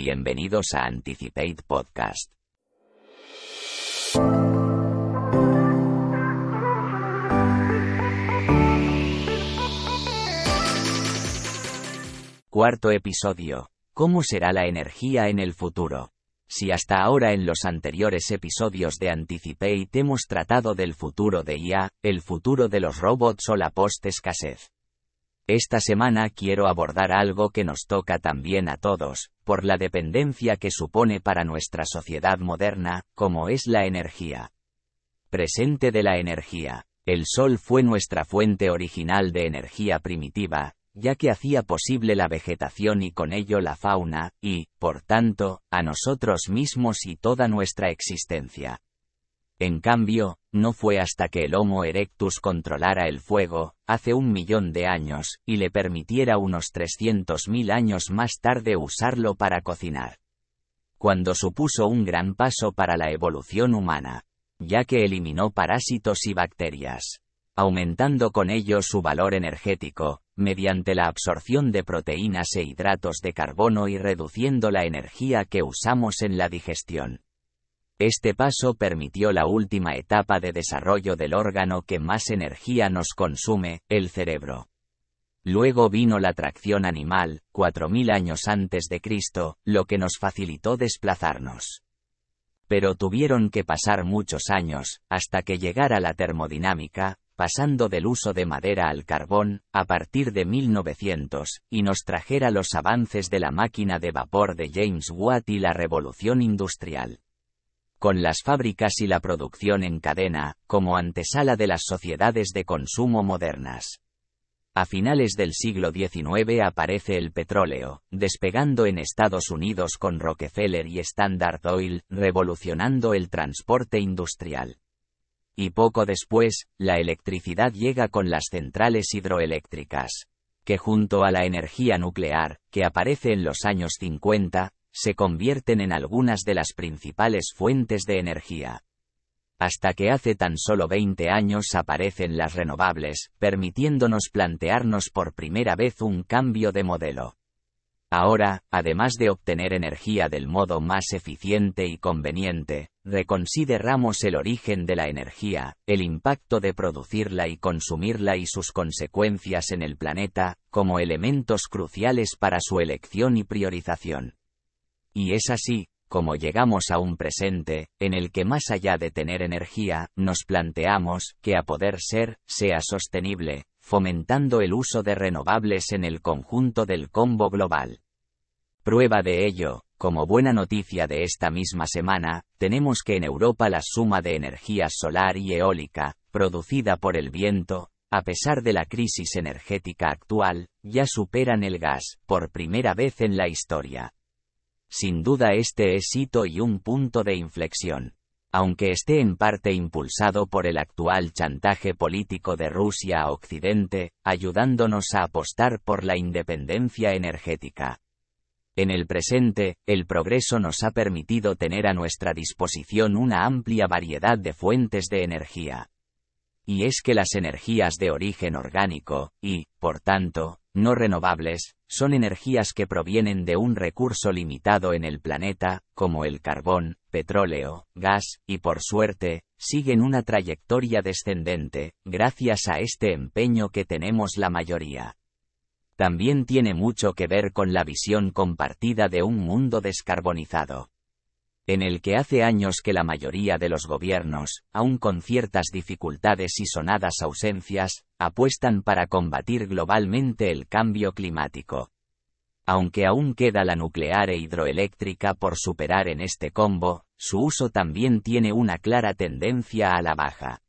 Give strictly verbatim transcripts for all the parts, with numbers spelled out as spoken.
Bienvenidos a Anticipate Podcast. Cuarto episodio. ¿Cómo será la energía en el futuro? Si hasta ahora en los anteriores episodios de Anticipate hemos tratado del futuro de I A, el futuro de los robots o la post-escasez. Esta semana quiero abordar algo que nos toca también a todos, por la dependencia que supone para nuestra sociedad moderna, como es la energía. Presente de la energía. El sol fue nuestra fuente original de energía primitiva, ya que hacía posible la vegetación y con ello la fauna, y, por tanto, a nosotros mismos y toda nuestra existencia. En cambio, no fue hasta que el Homo erectus controlara el fuego, hace un millón de años, y le permitiera unos trescientos mil años más tarde usarlo para cocinar. Cuando supuso un gran paso para la evolución humana, ya que eliminó parásitos y bacterias, aumentando con ello su valor energético, mediante la absorción de proteínas e hidratos de carbono y reduciendo la energía que usamos en la digestión. Este paso permitió la última etapa de desarrollo del órgano que más energía nos consume, el cerebro. Luego vino la tracción animal, cuatro mil años antes de Cristo, lo que nos facilitó desplazarnos. Pero tuvieron que pasar muchos años, hasta que llegara la termodinámica, pasando del uso de madera al carbón, a partir de mil novecientos, y nos trajera los avances de la máquina de vapor de James Watt y la revolución industrial. Con las fábricas y la producción en cadena, como antesala de las sociedades de consumo modernas. A finales del siglo diecinueve aparece el petróleo, despegando en Estados Unidos con Rockefeller y Standard Oil, revolucionando el transporte industrial. Y poco después, la electricidad llega con las centrales hidroeléctricas, que junto a la energía nuclear, que aparece en los años cincuenta, se convierten en algunas de las principales fuentes de energía. Hasta que hace tan solo veinte años aparecen las renovables, permitiéndonos plantearnos por primera vez un cambio de modelo. Ahora, además de obtener energía del modo más eficiente y conveniente, reconsideramos el origen de la energía, el impacto de producirla y consumirla y sus consecuencias en el planeta, como elementos cruciales para su elección y priorización. Y es así, como llegamos a un presente, en el que más allá de tener energía, nos planteamos que a poder ser, sea sostenible, fomentando el uso de renovables en el conjunto del combo global. Prueba de ello, como buena noticia de esta misma semana, tenemos que en Europa la suma de energía solar y eólica, producida por el viento, a pesar de la crisis energética actual, ya superan el gas, por primera vez en la historia. Sin duda este es hito y un punto de inflexión. Aunque esté en parte impulsado por el actual chantaje político de Rusia a Occidente, ayudándonos a apostar por la independencia energética. En el presente, el progreso nos ha permitido tener a nuestra disposición una amplia variedad de fuentes de energía. Y es que las energías de origen orgánico, y, por tanto, no renovables, son energías que provienen de un recurso limitado en el planeta, como el carbón, petróleo, gas, y por suerte, siguen una trayectoria descendente, gracias a este empeño que tenemos la mayoría. También tiene mucho que ver con la visión compartida de un mundo descarbonizado, en el que hace años que la mayoría de los gobiernos, aun con ciertas dificultades y sonadas ausencias, apuestan para combatir globalmente el cambio climático. Aunque aún queda la nuclear e hidroeléctrica por superar en este combo, su uso también tiene una clara tendencia a la baja.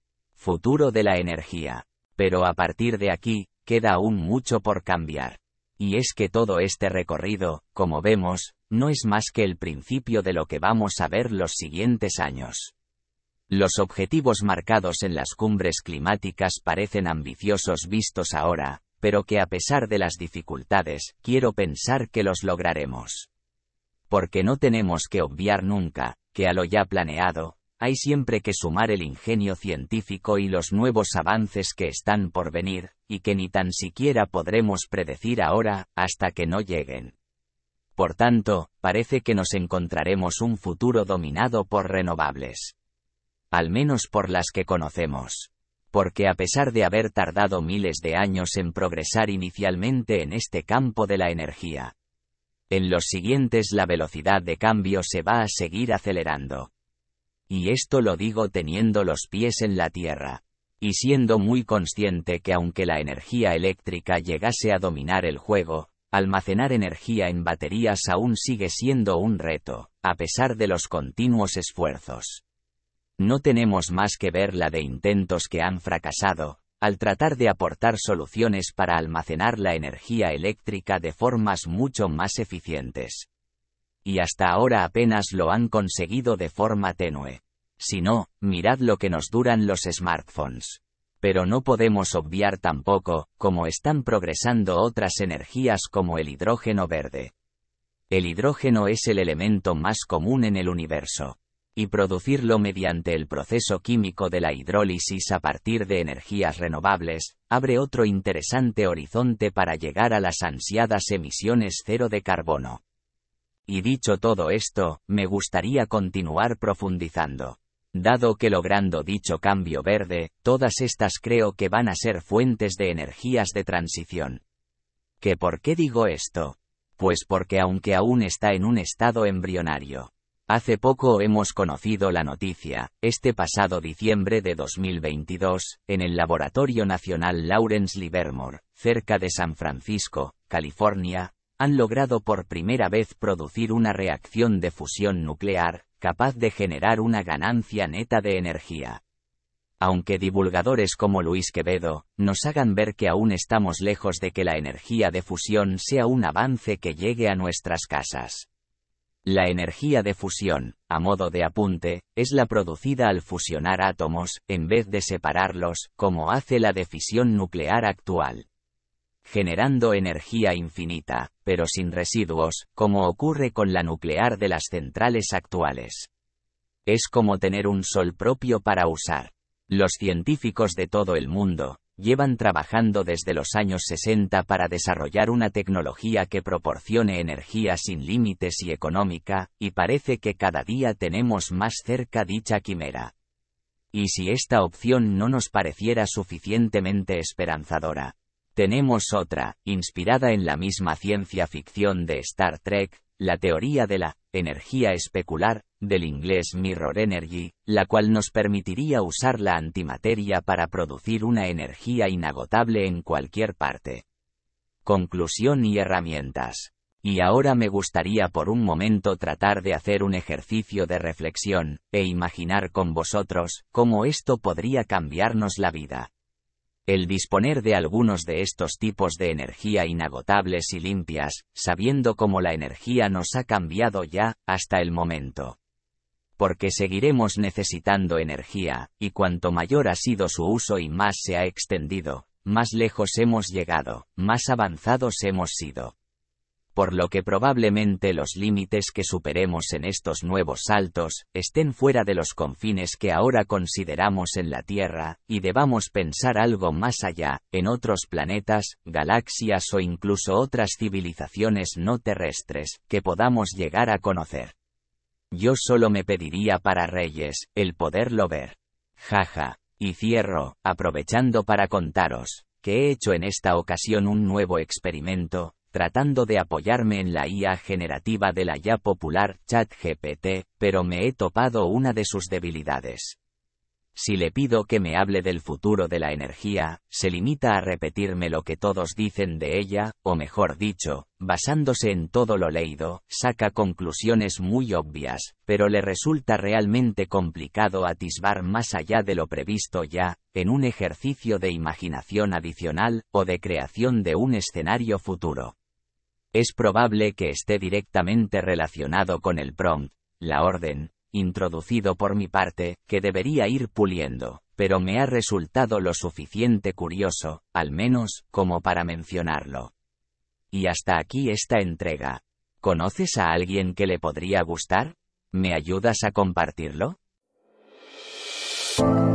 Futuro de la energía. Pero a partir de aquí, queda aún mucho por cambiar. Y es que todo este recorrido, como vemos, no es más que el principio de lo que vamos a ver los siguientes años. Los objetivos marcados en las cumbres climáticas parecen ambiciosos vistos ahora, pero que a pesar de las dificultades, quiero pensar que los lograremos. Porque no tenemos que obviar nunca, que a lo ya planeado, hay siempre que sumar el ingenio científico y los nuevos avances que están por venir, y que ni tan siquiera podremos predecir ahora, hasta que no lleguen. Por tanto, parece que nos encontraremos un futuro dominado por renovables. Al menos por las que conocemos. Porque a pesar de haber tardado miles de años en progresar inicialmente en este campo de la energía, en los siguientes la velocidad de cambio se va a seguir acelerando. Y esto lo digo teniendo los pies en la tierra. Y siendo muy consciente que aunque la energía eléctrica llegase a dominar el juego, almacenar energía en baterías aún sigue siendo un reto, a pesar de los continuos esfuerzos. No tenemos más que ver la de intentos que han fracasado, al tratar de aportar soluciones para almacenar la energía eléctrica de formas mucho más eficientes. Y hasta ahora apenas lo han conseguido de forma tenue. Si no, mirad lo que nos duran los smartphones. Pero no podemos obviar tampoco, cómo están progresando otras energías como el hidrógeno verde. El hidrógeno es el elemento más común en el universo. Y producirlo mediante el proceso químico de la hidrólisis a partir de energías renovables, abre otro interesante horizonte para llegar a las ansiadas emisiones cero de carbono. Y dicho todo esto, me gustaría continuar profundizando. Dado que logrando dicho cambio verde, todas estas creo que van a ser fuentes de energías de transición. ¿Que por qué digo esto? Pues porque aunque aún está en un estado embrionario. Hace poco hemos conocido la noticia, este pasado diciembre de dos mil veintidós, en el Laboratorio Nacional Lawrence Livermore, cerca de San Francisco, California, han logrado por primera vez producir una reacción de fusión nuclear, capaz de generar una ganancia neta de energía. Aunque divulgadores como Luis Quevedo, nos hagan ver que aún estamos lejos de que la energía de fusión sea un avance que llegue a nuestras casas. La energía de fusión, a modo de apunte, es la producida al fusionar átomos, en vez de separarlos, como hace la de fisión nuclear actual. Generando energía infinita, pero sin residuos, como ocurre con la nuclear de las centrales actuales. Es como tener un sol propio para usar. Los científicos de todo el mundo llevan trabajando desde los años sesenta para desarrollar una tecnología que proporcione energía sin límites y económica, y parece que cada día tenemos más cerca dicha quimera. Y si esta opción no nos pareciera suficientemente esperanzadora, tenemos otra, inspirada en la misma ciencia ficción de Star Trek, la teoría de la energía especular, del inglés Mirror Energy, la cual nos permitiría usar la antimateria para producir una energía inagotable en cualquier parte. Conclusión y herramientas. Y ahora me gustaría por un momento tratar de hacer un ejercicio de reflexión, e imaginar con vosotros, cómo esto podría cambiarnos la vida. El disponer de algunos de estos tipos de energía inagotables y limpias, sabiendo cómo la energía nos ha cambiado ya, hasta el momento. Porque seguiremos necesitando energía, y cuanto mayor ha sido su uso y más se ha extendido, más lejos hemos llegado, más avanzados hemos sido. Por lo que probablemente los límites que superemos en estos nuevos saltos, estén fuera de los confines que ahora consideramos en la Tierra, y debamos pensar algo más allá, en otros planetas, galaxias o incluso otras civilizaciones no terrestres, que podamos llegar a conocer. Yo solo me pediría para Reyes, el poderlo ver. Jaja. Y cierro, aprovechando para contaros, que he hecho en esta ocasión un nuevo experimento, tratando de apoyarme en la I A generativa de la ya popular ChatGPT, pero me he topado una de sus debilidades. Si le pido que me hable del futuro de la energía, se limita a repetirme lo que todos dicen de ella, o mejor dicho, basándose en todo lo leído, saca conclusiones muy obvias, pero le resulta realmente complicado atisbar más allá de lo previsto ya, en un ejercicio de imaginación adicional, o de creación de un escenario futuro. Es probable que esté directamente relacionado con el prompt, la orden, introducido por mi parte, que debería ir puliendo, pero me ha resultado lo suficiente curioso, al menos, como para mencionarlo. Y hasta aquí esta entrega. ¿Conoces a alguien que le podría gustar? ¿Me ayudas a compartirlo?